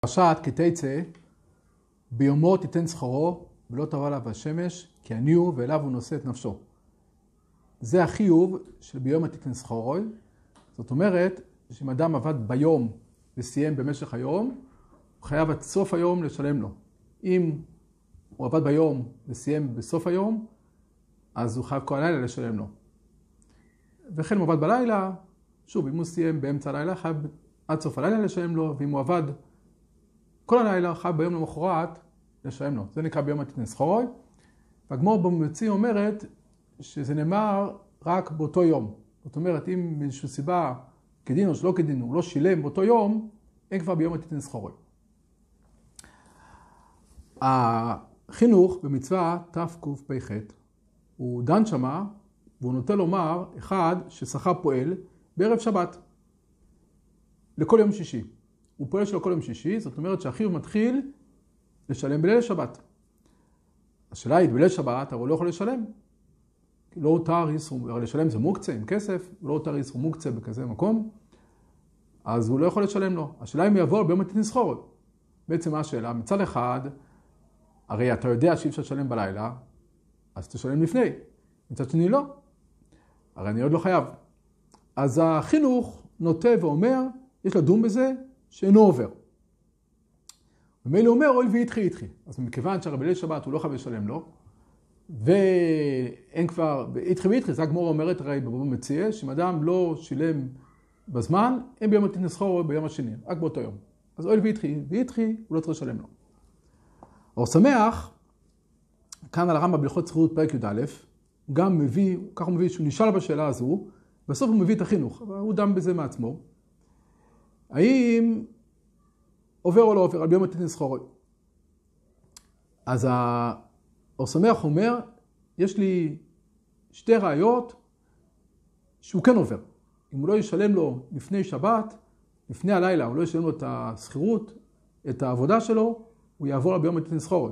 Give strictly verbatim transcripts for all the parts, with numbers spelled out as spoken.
פרשת כי תצא, ביומו תיתן שכרו ולא תבוא עליו השמש, כי עני הוא ואליו הוא נושא את נפשו. זה החיוב של ביום תיתן שכרו. זאת אומרת שאם אדם עבד ביום וסיים במשך היום, הוא חייב עד סוף היום לשלם לו. אם הוא עבד ביום וסיים בסוף היום, אז הוא חייב כל הלילה לשלם לו. וכן הוא עבד בלילה, שוב, אם הוא סיים באמצע הלילה, חייב עד סוף הלילה לשלם לו, ואם הוא עבד כל הלילה, חייב ביום למחרת לשלם לו. זה נקרא ביום תיתן שכרו. והגמרא במציאה אומרת שזה נאמר רק באותו יום. זאת אומרת, אם מאיזושהי סיבה כדין או שלא כדין, הוא לא שילם באותו יום, אין כבר ביום תיתן שכרו. החינוך במצווה תקפ"ח, הוא דן שמה, והוא נוטה לומר, אחד, ששכר פועל בערב שבת, לכל יום שישי. הוא פועל שלו כל יום שישי, זאת אומרת שהחיוב מתחיל לשלם בליל שבת. השאלה היא, בליל שבת, אבל הוא לא יכול לשלם. לא הותר איסור, הרי לשלם זה מוקצה עם כסף, לא הותר איסור מוקצה בכזה מקום, אז הוא לא יכול לשלם לו. השאלה אם הוא יבוא ביום תיתן שכרו. בעצם מה השאלה? מצד אחד, הרי אתה יודע שאי אפשר לשלם בלילה, אז תשלם לפני. מצד שני לא. הרי אני עוד לא חייב. אז החינוך נוטה ואומר, יש לדון בזה שאינו עובר. ומילא הוא אומר, אוי ויתחי יתחי. אז מכיוון שהרי בליל שבת הוא לא חייב לשלם לו, ואין כבר, יתחי ויתחי, זה הגמרא אומרת הרי בבבא מציעא, שאם אדם לא שילם בזמן, אין ביום תיתן שכרו ביום השני, רק באותו יום. אז אוי ויתחי ויתחי, הוא לא צריך לשלם לו. אור שמח, כאן על הרמב"ם בהלכות שכירות פרק י"א, הוא גם מביא, כך הוא מביא שהוא נשאל בשאלה הזו, בסוף הוא מביא את החינוך, אבל הוא דם בזה מעצמו. האם עובר או לא עובר על ביום תיתן שכרו? אז האור שמח אומר, יש לי שתי ראיות שהוא כן עובר. אם הוא לא ישלם לו לפני שבת, לפני הלילה, הוא לא ישלם לו את השכירות, את העבודה שלו, הוא יעבור על ביום תיתן שכרו.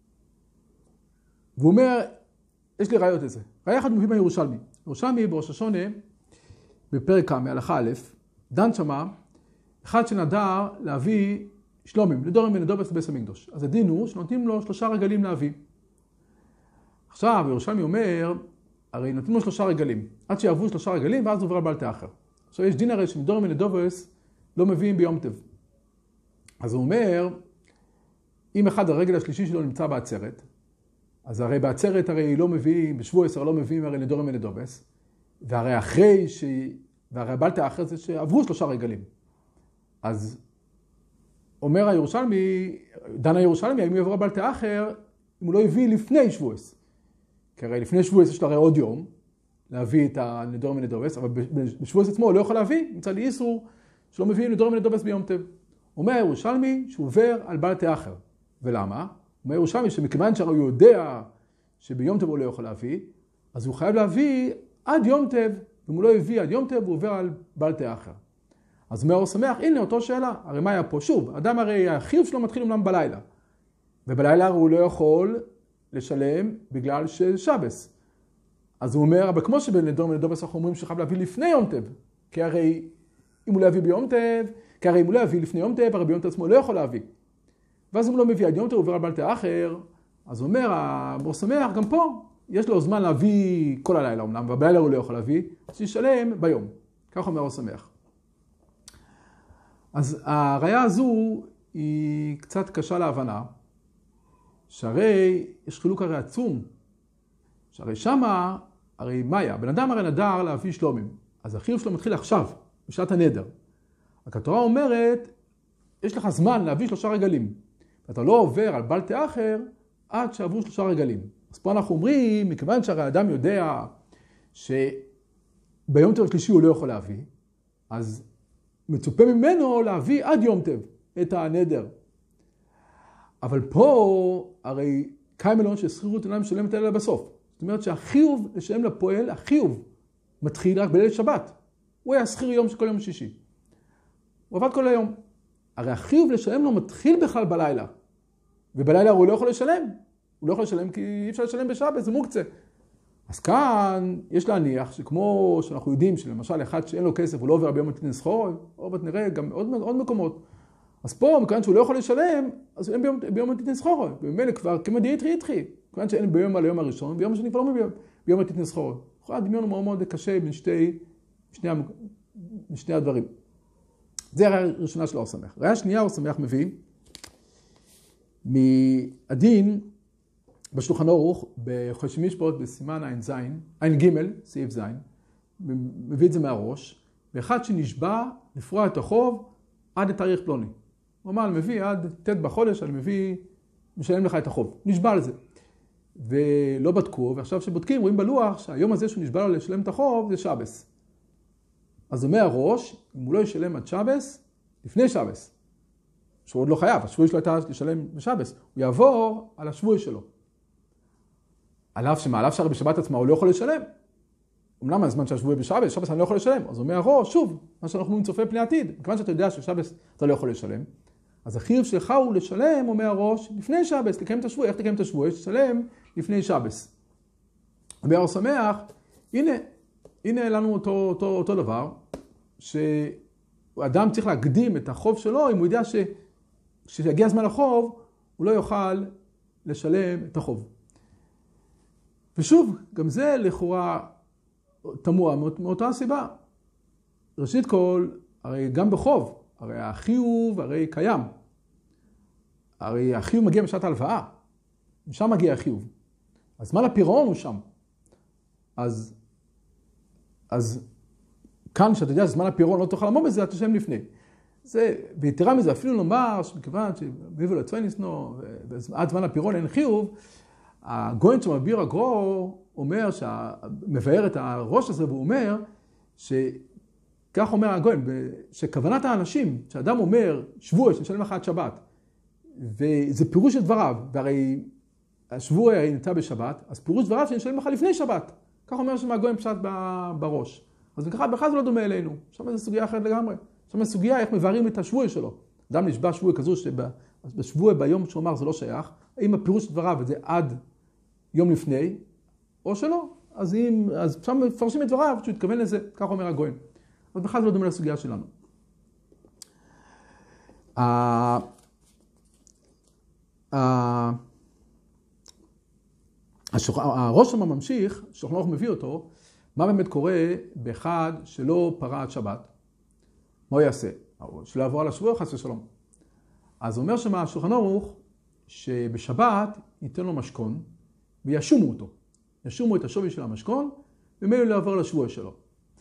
והוא אומר, יש לי ראיות לזה. ראיה אחת מביא מהירושלמי. ירושלמי בראש השונה, בפרק כ' מהלכה א', דן שמה, אחד שנדר להביא שלומים, לדורים ונדובס לבית המקדש. אז הדין הוא שנותנים לו שלושה רגלים להביא. עכשיו, ירושלמי אומר, הרי נותנים לו שלושה רגלים, עד שיעברו שלושה רגלים, ואז עובר על בעל תאחר. עכשיו, יש דין הרי שמדורים ונדובס לא מביאים ביום טב. אז הוא אומר, אם אחד הרגל השלישי שלו נמצא בעצרת, אז הרי בעצרת הרי לא מביאים, בשבועס הרי לא מביאים הרי נדורים ונדובס, והרי אחרי ש... והרי בעל תאחר זה שעברו שלושה רגלים. אז אומר הירושלמי, דן הירושלמי, האם הוא יעבור בעל תאחר, אם הוא לא הביא לפני שבועס. כי הרי לפני שבועס יש לו הרי עוד יום, להביא את הנדורים ונדובס, אבל בשבועס עצמו הוא לא יכול להביא, מצא לי איסור שלא מביאים נדורים ונדובס ביום טב. אומר הירושלמי שהוא עובר על בעל תאחר. ולמה? אומר ירושלמי שמכיוון שהרי הוא יודע שביום טב הוא לא יכול להביא, אז הוא חייב להביא עד יום טב, ואם הוא לא הביא עד יום טב הוא עובר על בעל תאחר. אז אומר אור שמח, הנה אותו שאלה, הרי מה היה פה? שוב, אדם הרי החיוב שלו מתחיל אומנם בלילה, ובלילה הוא לא יכול לשלם בגלל ששבס. אז הוא אומר, אבל כמו שבנדורים ונדובס אנחנו אומרים שחייב להביא לפני יום טב, כי הרי אם הוא לא יביא ביום טב, כי הרי אם הוא לא יביא לפני יום טב, הרי ביום טב עצמו הוא לא יכול להביא. ואז אם הוא לא מביא עד יום טב, הוא עובר על בעל תאחר, אז הוא אומר, אור שמח, גם פה יש לו זמן להביא כל הלילה אומנם, ובלילה הוא לא יכול להביא, אז שישלם ביום. כך אומר אור שמח. אז הראיה הזו היא קצת קשה להבנה, שהרי יש חילוק הרי עצום, שהרי שמה, הרי מאיה, בן אדם הרי נדר להביא שלומים, אז החיוב שלו מתחיל עכשיו, בשעת הנדר. הכתורה אומרת, יש לך זמן להביא שלושה רגלים, ואתה לא עובר על בעל תאחר עד שעברו שלושה רגלים. אז פה אנחנו אומרים, מכיוון שהרי האדם יודע שביום טב השלישי הוא לא יכול להביא, אז מצופה ממנו להביא עד יום טב את הנדר. אבל פה הרי קיים אלון ששכירות אינה משלמת אלא בסוף. זאת אומרת שהחיוב לשלם לפועל, החיוב מתחיל רק בליל שבת. הוא היה שכיר יום של כל יום שישי. הוא עבד כל היום. הרי החיוב לשלם לו מתחיל בכלל בלילה. ובלילה הוא לא יכול לשלם. הוא לא יכול לשלם כי אי אפשר לשלם בשבת, זה מוקצה. אז כאן יש להניח שכמו שאנחנו יודעים שלמשל אחד שאין לו כסף הוא לא עובר ביום תיתן שכרו, או נראה גם עוד, עוד מקומות. אז פה, מכיוון שהוא לא יכול לשלם, אז אין ביום, ביום מתית נסחורו. במילא כבר כמדי יתחי יתחי. מכיוון שאין ביום על היום הראשון, ביום השני כבר לא ביום, ביום מתית נסחורו. יכול הדמיון הוא מאוד מאוד קשה בין שתי, שני, שני הדברים. זה הראיה הראשונה של אור שמח. ראיה שנייה אור שמח מביא מהדין בשולחן ערוך, בחודשי משפט, בסימן עין זין, עין ג' סעיף זין, מביא את זה מהראש, באחד שנשבע לפרוע את החוב עד לתאריך פלוני. הוא אמר, אני מביא עד ט' בחודש, אני מביא, משלם לך את החוב. נשבע על זה. ולא בדקו, ועכשיו שבודקים, רואים בלוח שהיום הזה שהוא נשבע לו לשלם את החוב, זה שבס. אז אומר הראש, אם הוא לא ישלם עד שבס, לפני שבס, שהוא עוד לא חייב, השבועי שלו הייתה לשלם בשבס, הוא יעבור על השבועי שלו. עליו שמעליו שהרי בשבת עצמה הוא לא יכול לשלם. אמנם הזמן שהשבועי בשבס, שבס אני לא יכול לשלם. אז אומר הראש, שוב, מה שאנחנו אומרים צופה פני עתיד, מכיוון שאתה יודע ששבס אתה לא יכול לשלם, אז החיוב שלך הוא לשלם, אומר הראש, לפני שבס, לקיים את השבועי. איך תקיים את השבועי? יש לשלם לפני שבס. אומר אור שמח, הנה, הנה לנו אותו, אותו, אותו דבר, שאדם צריך להקדים את החוב שלו, אם הוא יודע ש... כשיגיע הזמן לחוב, הוא לא יוכל לשלם את החוב. ושוב, גם זה לכאורה תמוה מאותה הסיבה. ראשית כל, הרי גם בחוב, הרי החיוב הרי קיים. הרי החיוב מגיע בשעת ההלוואה, משם מגיע החיוב. אז זמן הפירעון הוא שם. אז, אז כאן שאתה יודע שזמן הפירעון לא תוכל לעמוד בזה, אתה תשלם לפני. זה, ויתרה מזה, אפילו לומר שמכיוון שביבו לצווי ניסנו, ועד זמן הפירעון אין חיוב, הגויין שמביר הגרו אומר, מבאר את הראש הזה, והוא אומר, שכך אומר הגויין, שכוונת האנשים, שאדם אומר, שבוע, שנשלם לך עד שבת, וזה פירוש של דבריו, והרי השבוע הרי נמצא בשבת, אז פירוש דבריו שנשלם לך לפני שבת. כך אומר שמהגויין פשט בראש. אז בכלל, בכלל זה לא דומה אלינו. שם זו סוגיה אחרת לגמרי. שם הסוגיה איך מבארים את השבוע שלו. אדם נשבע שבוע כזו שבשבוע ביום שהוא אמר זה לא שייך. האם הפירוש דבריו זה עד יום לפני, או שלא. אז, אם, אז שם מפרשים את דבריו שהוא התכוון לזה, כך אומר הגויין. אז בכלל זה לא דומה לסוגיה שלנו. הראש שם ממשיך, שולחן ערוך מביא אותו, מה באמת קורה באחד שלא פרע עד שבת? מה הוא יעשה? שלא יעבור על השבוע חס ושלום. אז הוא אומר שמה שולחן ערוך שבשבת ייתן לו משכון וישומו אותו. ישומו את השווי של המשכון ומילא לא יעבור על השבוע שלו.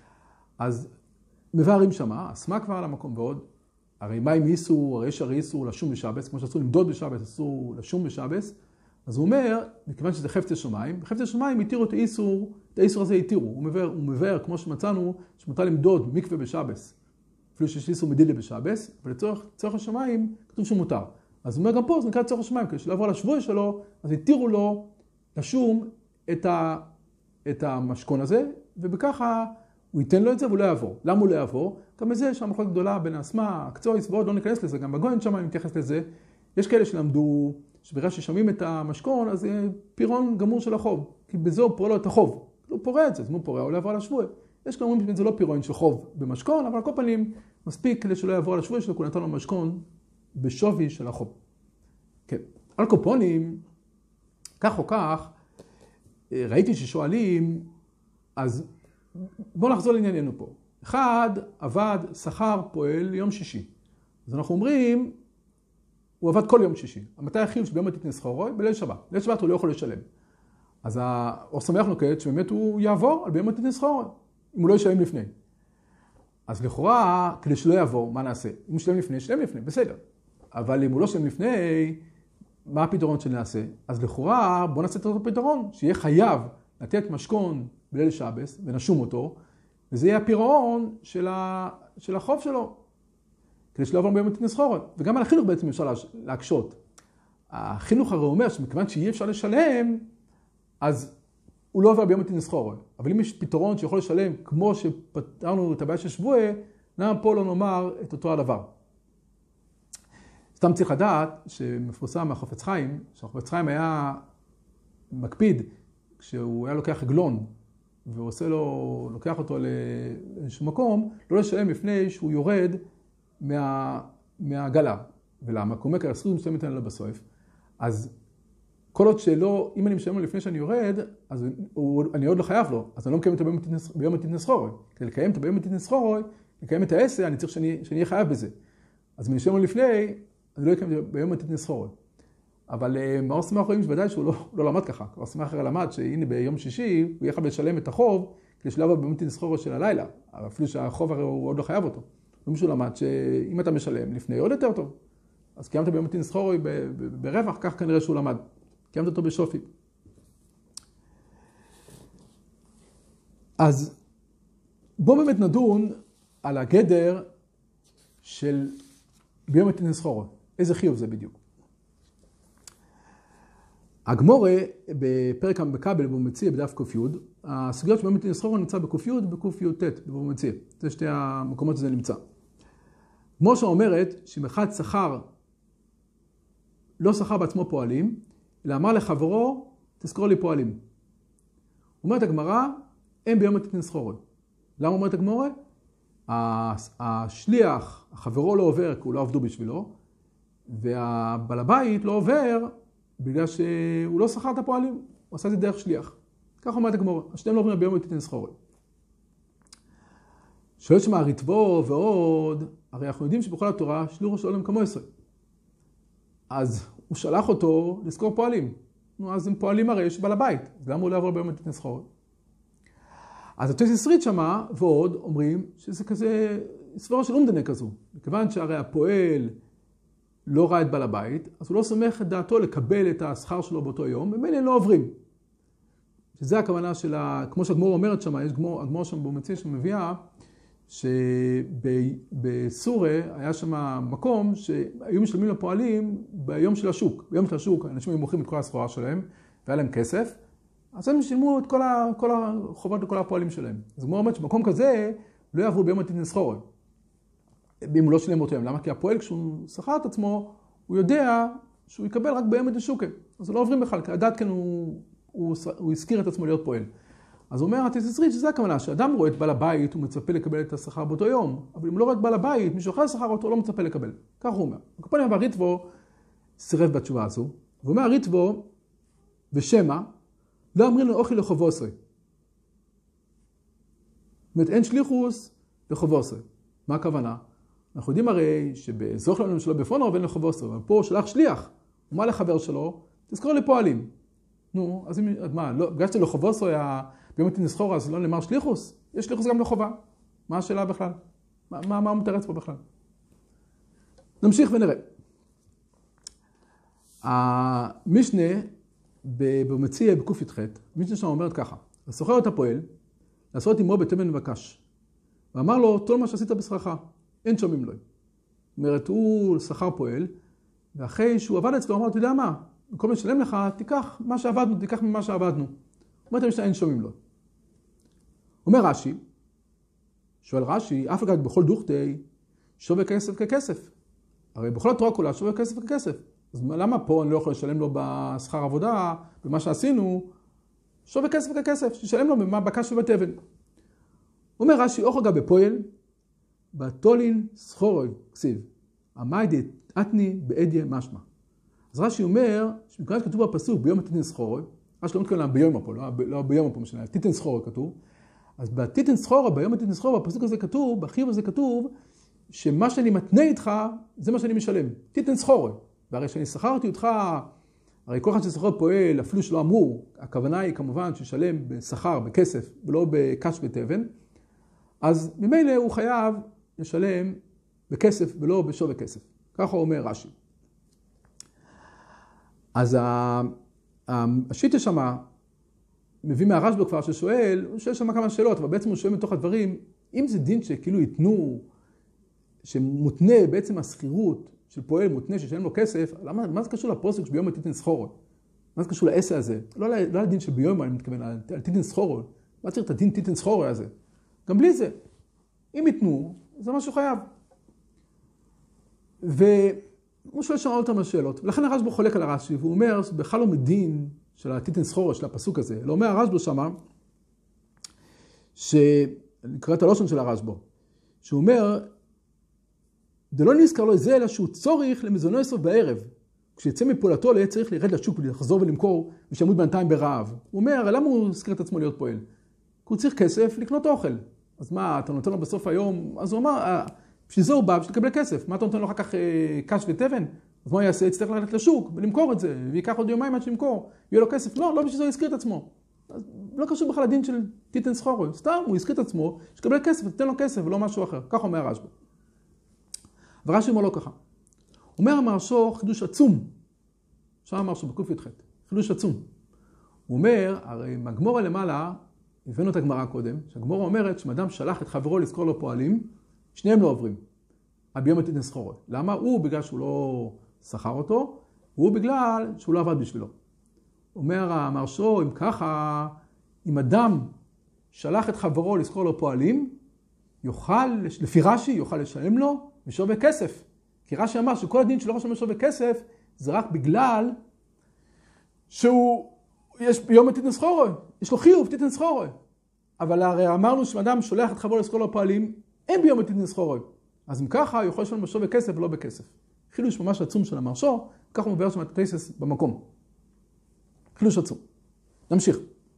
אז מבארים שמה, אסמה כבר על המקום ועוד. הרי מה אם איסור, הרי יש הרי איסור לשום בשבס, כמו שאסור למדוד בשבס, אסור לשום בשבס. אז הוא אומר, מכיוון שזה חפצי שמיים, בחפצי שמיים התירו את האיסור, את האיסור הזה התירו. הוא מבאר, הוא מבאר, כמו שמצאנו, שמותר למדוד מקווה בשבס. אפילו שיש איסור מדילה בשבס, אבל לצורך צורך השמיים כתוב שמותר. אז הוא אומר גם פה, זה נקרא צורך השמיים, כדי שלא עבור על השבוע שלו, אז התירו לו לשום את, ה, את המשכון הזה, ובככה הוא ייתן לו את זה והוא לא יעבור. למה הוא לא יעבור? גם בזה יש המחלוקת גדולה בין האסמה, הקצועיס ועוד, לא ניכנס לזה, גם בגויין שם אני מתייחס לזה. יש כאלה שלמדו, שבגלל ששמים את המשכון, אז זה פירעון גמור של החוב, כי בזה הוא פורע לו את החוב. הוא פורע את זה, אז הוא פורע, הוא לא יעבור על השבוע. יש כאלה אומרים שזה לא פירעון של חוב במשכון, אבל על כל פנים מספיק כדי שלא יעבור על השבוע שלו, כי הוא נתן לו משכון בשווי של החוב. כן. על קופונים, כך או כך, ראיתי ששואלים, אז בואו נחזור לענייננו פה. אחד, עבד, שכר, פועל יום שישי. אז אנחנו אומרים, הוא עבד כל יום שישי. מתי החיוב שביום מתית נסחורו? בליל שבת. בליל שבת הוא לא יכול לשלם. אז האור שמח נוקט שבאמת הוא יעבור על ביום מתית נסחורו, אם הוא לא ישלם לפני. אז לכאורה, כדי שלא יעבור, מה נעשה? אם הוא שלם לפני, שלם לפני, בסדר. אבל אם הוא לא שלם לפני, מה הפתרון שנעשה? אז לכאורה, בוא נעשה את אותו פתרון, שיהיה חייב לתת משכון בליל שבס, ונשום אותו, וזה יהיה הפירעון של, ה... של החוב שלו, כדי שלא יעבור ביום מתית נסחורו. וגם על החינוך בעצם אפשר להקשות. החינוך הרי אומר שמכיוון שאי אפשר לשלם, אז הוא לא עובר ביום מתית נסחורו. אבל אם יש פתרון שיכול לשלם, כמו שפתרנו את הבעיה של שבוע, למה פה לא נאמר את אותו הדבר? סתם צריך לדעת שמפורסם מהחפץ חיים, שהחפץ חיים היה מקפיד, כשהוא היה לוקח עגלון, והוא עושה לו, לוקח אותו לאיזשהו מקום, לא לשלם לפני שהוא יורד מה, מהגלה. ולמה? כי הוא אומר, כי הזכות משלמת עליו בסוף. אז כל עוד שלא, אם אני משלם לו לפני שאני יורד, אז הוא, אני עוד לא חייב לו, אז אני לא מקיים את ביום מתית נסחורוי. כדי לקיים את ביום מתית נסחורוי, לקיים את העשר, אני צריך שאני, שאני אהיה חייב בזה. אז אם אני משלם לו לפני, אני לא אקיים ביום מתית נסחורוי. אבל מאור שמח רואים שוודאי שהוא לא, לא למד ככה. מאור שמח למד שהנה ביום שישי, הוא יכל לשלם את החוב, כדי שלא יבוא ביום מתית נסחורוי של הלילה. אבל אפילו שהחוב הרי הוא עוד לא חייב אותו. ומישהו למד שאם אתה משלם לפני, עוד יותר טוב. אז קיימת ביום מתית נסחורוי ברווח, כך כנראה שהוא למד. קיימת אותו בשופי. אז בואו באמת נדון על הגדר של ביום מתית נסחורוי. איזה חיוב זה בדיוק. הגמורה בפרק המקבל בו מציע בדף קוף יוד, הסוגיות של ביום מתית נסחורוי נמצא בקוף יוד ובקוף יוד תת בו מציע. זה שתי המקומות שזה נמצא. כמו שאומרת שאם אחד שכר, לא שכר בעצמו פועלים, אלא אמר לחברו, תזכור לי פועלים. אומרת הגמרא, אין ביום מתית נסחורוי. למה אומרת הגמרא? השליח, החברו לא עובר, כי הוא לא עבדו בשבילו, והבעל הבית לא עובר, בגלל שהוא לא שכר את הפועלים, הוא עשה את זה דרך שליח. כך אומרת הגמרא, השניהם לא עוברים ביום מתית נסחורוי. שואלת שמה ריטבו ועוד, הרי אנחנו יודעים שבכל התורה שלוחו של עולם כמו עשרה. אז הוא שלח אותו לזכור פועלים. נו, אז הם פועלים הרי יש בעל הבית. אז למה הוא לא יעבור ביום מתית נסחורוי? אז התוספות עשרית שמה ועוד אומרים שזה כזה סברה של אומדנה כזו. מכיוון שהרי הפועל לא ראה את בעל הבית, אז הוא לא סומך את דעתו לקבל את השכר שלו באותו יום, ומילא הם לא עוברים. שזה הכוונה של, ה... כמו שהגמור אומרת שמה, יש גמור, הגמור שם במציא שמביאה, שבסוריה היה שם מקום שהיו משלמים לפועלים ביום של השוק. ביום של השוק אנשים היו מוכרים את כל הסחורה שלהם, והיה להם כסף, אז הם שילמו את כל, ה... כל החובות לכל הפועלים שלהם. אז הגמור אומרת שבמקום כזה לא יעברו ביום מתית נסחורוי. אם הוא לא שילם אותו יום. למה? כי הפועל כשהוא שכר את עצמו, הוא יודע שהוא יקבל רק ביום מתית שוקה. אז לא עוברים בכלל, כי הדעת כן הוא, הוא, הוא הזכיר את עצמו להיות פועל. אז הוא אומר, התוספות עשרית, שזה הכוונה, שאדם רואה את בעל הבית, הוא מצפה לקבל את השכר באותו יום, אבל אם לא רואה את בעל הבית, מישהו אחר שכר אותו, לא מצפה לקבל. כך הוא אומר. הקופונים אבל ריטבו סירב בתשובה הזו, והוא אומר, ריטבו ושמה, לא אמרים לו אוכי לחובו עשרה. זאת אומרת, אין שליחוס לחובו עשרה. מה הכוונה? אנחנו יודעים הרי שבזוך לנו שלו בפונו עובד לחובו עשרה, אבל פה הוא שלח שליח, הוא מה לחבר שלו? תזכור לי פועלים. נו, אז מה, לא, גשתי לחובו עשרה, ביום מתית נסחורוי, אז לא נאמר שליחוס? יש שליחוס גם לחובה. מה השאלה בכלל? מה, מה, מה הוא מתרץ פה בכלל? נמשיך ונראה. המשנה במציע בקוף י"ח, המשנה שם אומרת ככה, הסוחר את הפועל, לעשות עמו בתמן מבקש. ואמר לו, תול מה שעשית בשכרך, אין שומעים לו. זאת אומרת, הוא שכר פועל, ואחרי שהוא עבד אצלו, הוא אמר, אתה יודע מה? במקום לשלם לך, תיקח מה שעבדנו, תיקח ממה שעבדנו. אומרת המשנה, אין שומעים לו. אומר רש"י, שואל רש"י, אף אחד בכל דוכתי שווה כסף ככסף. הרי בכל התורה כולה שווה כסף ככסף. אז למה פה אני לא יכול לשלם לו בשכר עבודה, במה שעשינו, שווה כסף ככסף, שישלם לו במה בקש ובתבן. אומר רש"י, אוכל גם בפועל, בתולין סחורוי, כסיב, המיידית אתני בעדיה משמע. אז רש"י אומר, שמכאן כתוב בפסוק ביום מתית נסחורוי, רש"י לא מתכוון ביום פה, לא ביום פה משנה, תיתן סחורוי כתוב, אז בתיתן סחורוי, ביום מתית נסחורוי, בפסוק הזה כתוב, בחיוב הזה כתוב, שמה שאני מתנה איתך, זה מה שאני משלם, תיתן סחורוי. והרי שאני שכרתי אותך, הרי כל אחד ששכר פועל, אפילו שלא אמרו, הכוונה היא כמובן שישלם בשכר, בכסף, ולא בקש ותבן, אז ממילא הוא חייב לשלם בכסף ולא בשווה כסף. ככה אומר רש"י. אז השיטה שמה, מביא מהרשב"א כבר ששואל, הוא שואל שם כמה שאלות, אבל בעצם הוא שואל מתוך הדברים, אם זה דין שכאילו ייתנו, שמותנה בעצם הסחירות של פועל מותנה ששלם לו כסף, למה, מה זה קשור לפוסק שביום מתית נסחורוי? מה זה קשור לעשר הזה? לא, לא על דין שביום אני מתכוון, על תיתן נסחורוי. מה צריך את הדין תיתן נסחורוי הזה? גם בלי זה. אם ייתנו, זה משהו חייב. והוא שואל שם עוד כמה שאלות. ולכן הרשב"א חולק על הרש"י, והוא אומר, בכלל לא מדין של התיתן נסחורוי, של הפסוק הזה. לא אומר הרשב"א שמה, שנקרא את הלושן של הרשב"א, שהוא אומר, זה לא נזכר לו זה, אלא שהוא צורך למזונו יסוף בערב. כשיצא מפעולתו, לא צריך לרד לשוק ולחזור ולמכור, ושמות בינתיים ברעב. הוא אומר, למה הוא הזכיר את עצמו להיות פועל? כי הוא צריך כסף לקנות אוכל. אז מה, אתה נותן לו בסוף היום? אז הוא אמר, בשביל זה הוא בא, בשביל לקבל כסף. מה אתה נותן לו אחר כך קש וטבן? אז מה הוא יעשה? יצטרך ללכת לשוק ולמכור את זה, ויקח עוד יומיים עד שימכור, יהיה לו כסף. לא, לא בשביל זה הוא הזכיר את עצמו. אז לא קשור בכלל לדין של תיתן סחורו. סתם, הוא הזכיר את עצמו, שקבל כסף, תתן לו כסף ולא משהו אחר. כך אומר הרשב"א. ורש"י אומר לו ככה. אומר המהרש"א חידוש עצום. שם המהרש"א בק"ח. חידוש עצום. הוא אומר, הרי מהגמרא למעלה, הבאנו את הגמרא קודם, שהגמרא אומרת שאדם שלח את חברו לזכור לו פועלים, שניהם לא עוברים. הביום תיתן סחורו. למה? הוא בגלל שהוא לא שכר אותו, והוא בגלל שהוא לא עבד בשבילו. אומר המהרש"א, אם ככה, אם אדם שלח את חברו לזכור לו פועלים, יוכל, לפי רש"י, יוכל לשלם לו בשווה כסף. כי רש"י אמר שכל הדין שלא רשם בשווה כסף, זה רק בגלל שהוא, יש ביום תיתן סחורו, יש לו חיוב, תיתן סחורו. אבל הרי אמרנו שאדם שולח את חברו לזכור לו פועלים, אין ביום תיתן סחורו. אז אם ככה, יוכל לשלם בשווה כסף ולא בכסף. חילוש ממש עצום של המהרש"א, כך הוא מבאר שם את התוספות במקום. חילוש עצום. נמשיך.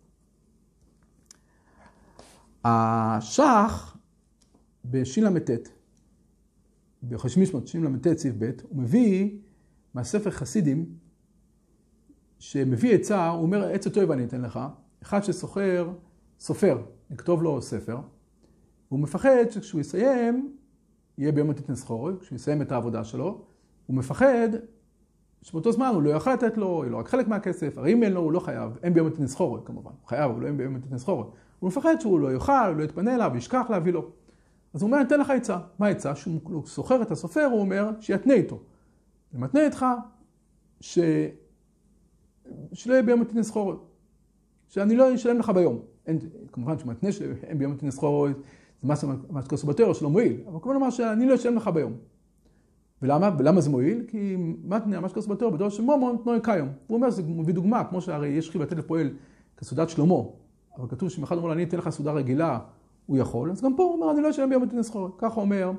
השח בשין למתת, בחשמישמות שין למתת סעיף ב', הוא מביא מהספר חסידים, שמביא עצה, הוא אומר, עצה טוב אני אתן לך, אחד שסוחר, סופר, נכתוב לו ספר, והוא מפחד שכשהוא יסיים, יהיה ביום תיתן סחורו, כשהוא יסיים את העבודה שלו, הוא מפחד שבאותו זמן הוא לא יוכל לתת לו, לא רק חלק מהכסף, הרי אם אין לו הוא לא חייב, אין ביום תיתן סחורו כמובן, הוא חייב, אבל לא אין ביום תיתן סחורו. הוא מפחד שהוא לא יוכל, הוא לא יתפנה אליו, וישכח להביא לו. אז הוא אומר, נתן לך עצה. מה עצה? שהוא סוחר את הסופר, הוא אומר, שיתנה איתו. הוא מתנה איתך, ש... שלא יהיה ביום תיתן סחורו. שאני לא אשלם לך ביום. אין, כמובן שמתנה שאין ביום תיתן סחורו, זה מה שכסו בתורה שלא מועיל. אבל כמובן אומר שאני לא אשלם לך ביום. ולמה? ולמה זה מועיל? כי מתנה, מה שכסו בתורה, בדור שמומון תנוי קיום. הוא אומר, זה מביא דוגמה, כמו שהרי יש חיוב לתת לפועל כסעודת שלמה. אבל כתוב שאם אחד אומר לו, אני אתן לך סעודה רגילה, הוא יכול. אז גם פה הוא אומר, אני לא אשלם ביום תיתן סחורו. ככה אומר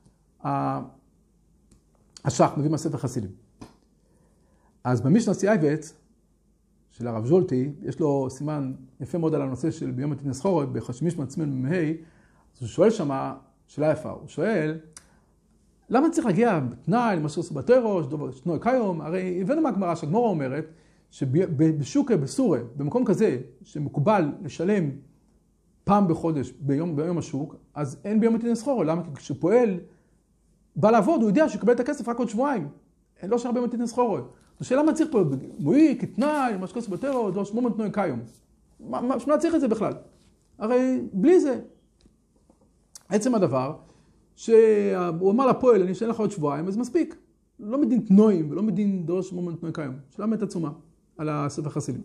השח, מביא מהספר חסידים. אז במשנה סייבץ, של הרב ז'ולטי, יש לו סימן יפה מאוד על הנושא של ביום תיתן סחורו, בחשמישמות עצמנו ממהי, אז הוא שואל שמה, שאלה יפה, הוא שואל, למה צריך להגיע בתנאי, למה שעשו בתורה, שתנוי קיום? הרי הבאנו מהגמרא, שהגמרא אומרת, שבשוקה, בסורה, במקום כזה, שמקובל לשלם פעם בחודש, ביום, ביום השוק, אז אין ביום תיתן סחורו. למה? כי כשפועל בא לעבוד, הוא יודע שיקבל את הכסף רק עוד שבועיים. אין לו שהרבה ביום תיתן סחורו. השאלה מה צריך פה? מועיל, כתנאי, מה שעשו בתורה, דור שמונה תנוי קיום. מה צריך את זה בכלל? הרי בלי זה. עצם הדבר, שהוא אמר לפועל, אני אשאל לך עוד שבועיים, אז מספיק. לא מדין תנועים ולא מדין דור שמונה תנוי קיום. שאלה מת עצומה על הספר חסידים.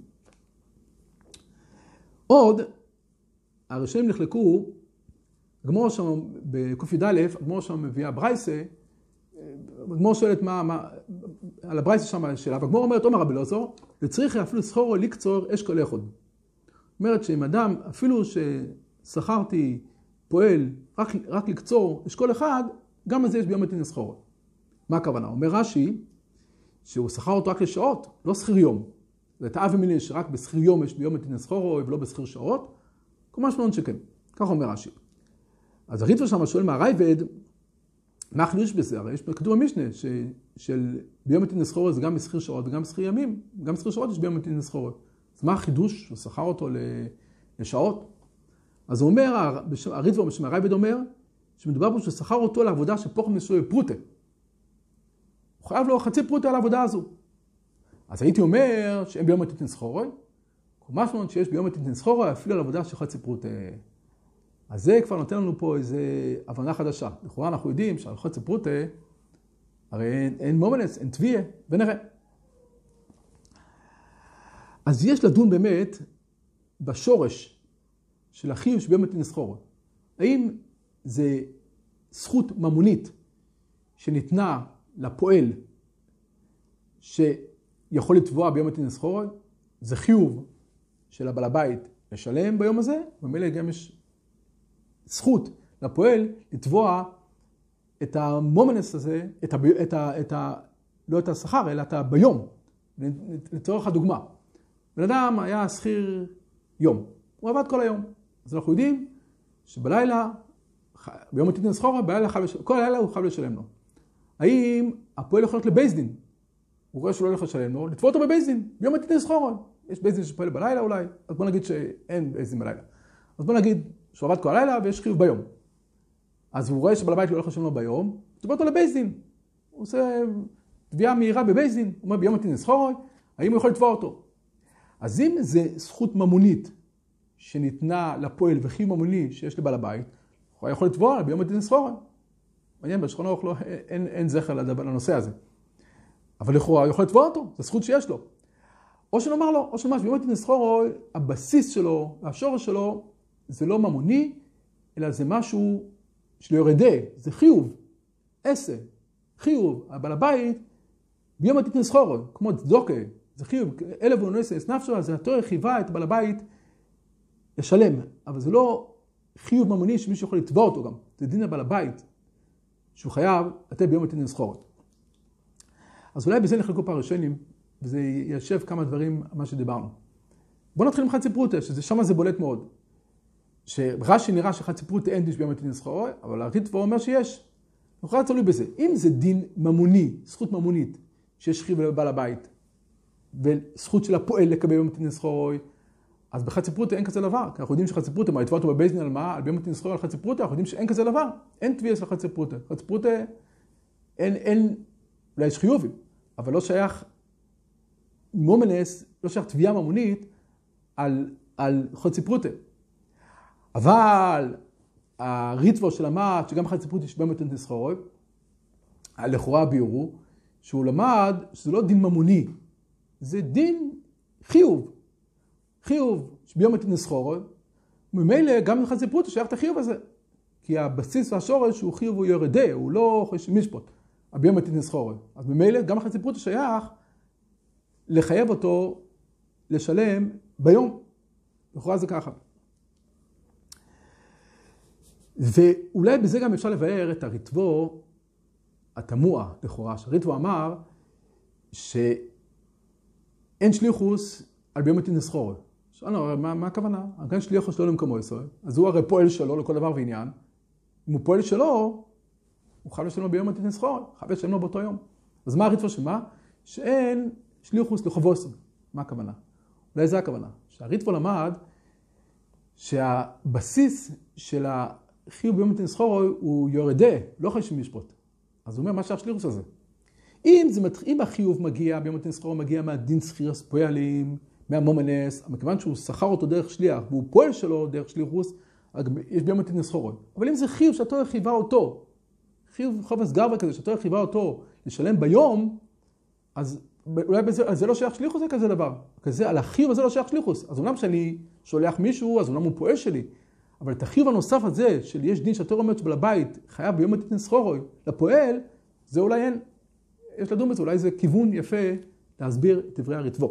עוד, הראשונים נחלקו, הגמרא שם בק"ד, הגמרא שם מביאה ברייסה, הגמרא שואלת מה, מה, על הברייסה שם על השאלה, והגמרא אומרת, אומר רבי אלעזר, לצריך אפילו סחורו לקצור אש כל אחד. אומרת שאם אדם, אפילו ששכרתי פועל רק, רק לקצור אשכול אחד, גם על זה יש ביום תיתן סחורו. מה הכוונה? אומר רש"י, שהוא שכר אותו רק לשעות, לא שכיר יום. זה תאווה מיני שרק בשכיר יום יש ביום תיתן סחורו ולא בשכיר שעות, כמו משמעון שכן. כך אומר רש"י. אז הריטב"א שם שואל מהרייבד, מה החידוש בזה? הרי יש כתוב במשנה של ביום תיתן סחורו זה גם בשכיר שעות וגם בשכיר ימים, גם בשכיר שעות יש ביום תיתן סחורו. אז מה החידוש? הוא שכר אותו לשעות? אז הוא אומר, הריטב"א בשם הרייבד אומר, שמדובר פה ששכר אותו לעבודה שפוך מסוים פרוטה. הוא חייב לו חצי פרוטה על העבודה הזו. אז הייתי אומר שאין ביום תיתן סחורו, משמעות שיש ביום תיתן סחורו אפילו על עבודה של חצי פרוטה. אז זה כבר נותן לנו פה איזו הבנה חדשה. לכאורה אנחנו יודעים שעל חצי פרוטה, הרי אין, אין מומנס, אין תביעה, ונראה. אז יש לדון באמת בשורש של החיוב שביום תיתן סחורו. האם זה זכות ממונית שניתנה לפועל שיכול לתבוע ביום תיתן סחורו? זה חיוב של הבעל הבית לשלם ביום הזה, וממילא גם יש זכות לפועל לתבוע את המומנס הזה, את ה, את ה, את ה, לא את השכר, אלא את ה, ביום. לצורך הדוגמה. בן אדם היה שכיר יום. הוא עבד כל היום. אז אנחנו יודעים שבלילה, ביום מתנין סחורה, בלילה חייב לשלם, כל הלילה הוא חייב לשלם לו. האם הפועל יכול להיות לבייס דין? הוא רואה שהוא לא הולך לשלם לו, לתבוע אותו בבייס דין, ביום מתנין סחורה. יש בייס דין שפועל בלילה אולי, אז בוא נגיד שאין בייס דין בלילה. אז בוא נגיד שהוא עבד כל הלילה ויש חיוב ביום. אז הוא רואה שבעל הבית לא הולך לשלם לו ביום, תבוא אותו לבייס דין. הוא עושה תביעה מהירה בבייס דין, הוא אומר ביום מתנין סחורה, האם הוא יכול לתבוע אותו? אז אם זה זכות ממונית שניתנה לפועל וחיוב ממוני שיש לבעל הבית, הוא יכול לתבוע ביום מתנין סחורה. מעניין, בשולחן ערוך לא, אין, אין זכר לנושא הזה. אבל לכאורה הוא יכול לתבוע אותו, זו זכות שיש לו. או שנאמר לו, או שנאמר שביום מתנין סחורה, הבסיס שלו, השורש שלו, זה לא ממוני, אלא זה משהו של יורדה, זה חיוב, עשה, חיוב, הבעל הבית, ביום מתנין סחורה, כמו צדוקה, זה חיוב, אלף ונוסס נפשו, זה התורה חיבה את בעל הבית לשלם, אבל זה לא חיוב ממוני שמישהו יכול לתבוע אותו גם, זה דין הבעל הבית, שהוא חייב לתת ביום מתנין סחורה. אז אולי בזה נחלקו פעם ראשונים, וזה ישב כמה דברים מה שדיברנו. בואו נתחיל עם חצי פרוטה, ששם זה בולט מאוד. שרש"י נראה שחצי פרוטה אין דיש ביום מתנין סחורה, אבל הריטב"א אומר שיש. אנחנו תלוי בזה. אם זה דין ממוני, זכות ממונית, שיש חיוב לבעל הבית, וזכות של הפועל לקבל ביום מתנין סחורה, אז בחצי פרוטה אין כזה דבר. כי אנחנו יודעים שחצי פרוטה, מה, יתבע אותו בבייס דין על מה? על ביום מתנין סחורה על חצי פרוטה, אנחנו יודעים שאין כזה דבר. אין תביעה של חצי פרוטה. חצי פרוטה אין, אין, אולי יש חיובים, אבל לא שייך מומנס, לא שייך תביעה ממונית על, על חצי פרוטה. אבל הריטב"א שלמד שגם חצי פרוטה יש ביום מתנין סחורה, לכאורה ביורו, שהוא למד שזה לא דין ממוני, זה דין חיוב. חיוב שביום מתנין סחורה, וממילא גם חצי פרוטה שייך את החיוב הזה. כי הבסיס והשורש הוא חיוב, הוא יורדה, הוא לא חושב משפוט, הביום מתנין סחורה. אז ממילא גם חצי פרוטה שייך לחייב אותו לשלם ביום. לכאורה זה ככה. ואולי בזה גם אפשר לבאר את הריטב"א התמוה לכאורה. שהריטב"א אמר שאין שליחוס על ביום מתנין סחורה. שאלנו, מה, מה הכוונה? גם שליחוס לא למקומו ישראל. אז הוא הרי פועל שלו לכל דבר ועניין. אם הוא פועל שלו, הוא חייב לשלם לו ביום מתנין סחורה. חייב לשלם לו באותו יום. אז מה הריטב"א שמה? שאין שליחוס לחובוסים. מה הכוונה? אולי זה הכוונה. שהריטב"א למד שהבסיס של החיוב ביום מתנין סחורה הוא יורדה, לא חייב משפוט. אז הוא אומר, מה שהשליחוס הזה? אם, זה, אם החיוב מגיע, ביום מתנין סחורה מגיע מהדין סחירס פועלים, מהמומנס, מכיוון שהוא שכר אותו דרך שליח, והוא פועל שלו דרך שליחוס, יש ביום מתנין סחורה. אבל אם זה חיוב שהתורה חייבה אותו, חיוב חובס גרבה כזה, שהתורה חייבה אותו לשלם ביום, אז אולי בזה, אז זה לא שייך שליחוס, זה כזה דבר. כזה, על החיוב הזה לא שייך שליחוס. אז אומנם שאני שולח מישהו, אז אומנם הוא פועל שלי. אבל את החיוב הנוסף הזה, של יש דין שהתורה אומרת שבעל הבית חייב ביום מתנין סחורה לפועל, זה אולי אין, יש לדון בזה, אולי זה כיוון יפה להסביר את דברי הריטב"א.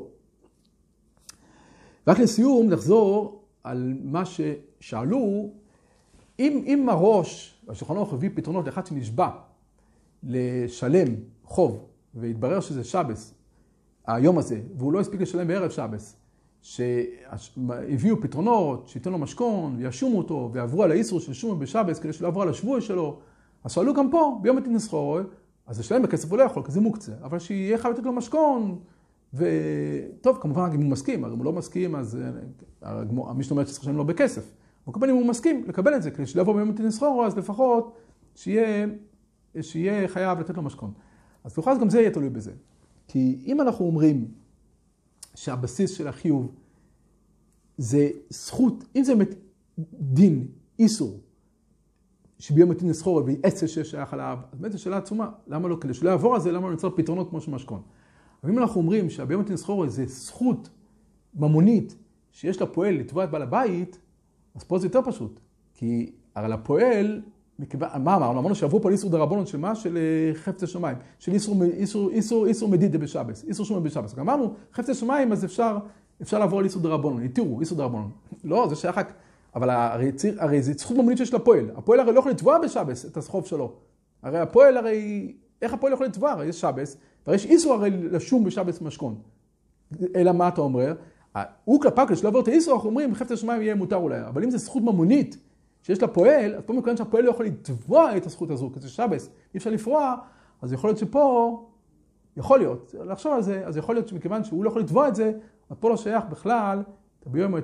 רק לסיום, נחזור על מה ששאלו, אם, אם הראש, השולחן ערוך הביא פתרונות לאחד שנשבע לשלם חוב, והתברר שזה שבס, היום הזה, והוא לא הספיק לשלם בערב שבס, שהביאו פתרונות, שייתן לו משכון, וישומו אותו, ועברו על האיסור של שומו בשבס, כדי שלא עברו על השבוע שלו, אז שאלו גם פה, ביום מתנין סחורה, אז לשלם בכסף הוא לא יכול, כי זה מוקצה, אבל שיהיה חייב לתת לו משכון, וטוב, כמובן, אם הוא מסכים, אם הוא לא מסכים, אז המשנה אומרת שצריך לשלם לו בכסף. וכמובן, אם הוא מסכים לקבל את זה, כדי שלא יבוא ביום מתנין סחורה, אז לפחות שיהיה, שיהיה חייב לתת לו משכון. אז לפחות גם זה יהיה תלוי בזה. כי אם אנחנו אומרים שהבסיס של החיוב זה זכות, אם זה באמת דין, איסור, שביום מתנין סחורה ועצה ששייך עליו, אז באמת זו שאלה עצומה. למה לא? כדי שלא יעבור על זה, למה לא נצטרך פתרונות כמו שמשכון? אבל אם אנחנו אומרים שהביום מתנין סחורה זה זכות ממונית שיש לפועל לתבוע את בעל הבית, אז פה זה יותר פשוט. כי הרי לפועל, מה אמרנו? אמרנו שעברו פה על איסור דרבנן של מה? של חפצי שמיים. של איסור, איסור, איסור, איסור מדידה בשבס. איסור שומר בשבס. אמרנו, חפצי שמיים, אז אפשר, אפשר לעבור על איסור דרבנן. תראו, איסור דרבנן. לא, זה שייך רק, אבל הרי, הרי זה זכות ממונית שיש לפועל. הפועל הרי לא יכול לתבוע בשבס את החוב שלו. הרי הפועל הרי, איך הפועל יכול לתבוע? הרי יש שבס, והרי יש איסור הרי לשום בשבס משכון. אלא מה אתה אומר? הוא כלפק, שלא עבור את האיסור, אנחנו אומרים, חפץ השמיים יהיה מותר אולי. אבל אם זה זכות ממונית שיש לפועל, אז פה מכאן שהפועל לא יכול לתבוע את הזכות הזו, כי זה שבס, אי אפשר לפרוע, אז יכול להיות שפה, יכול להיות, לחשוב על זה, אז יכול להיות שמכיוון שהוא לא יכול לתבוע את זה, אז פה לא שייך בכלל, ביום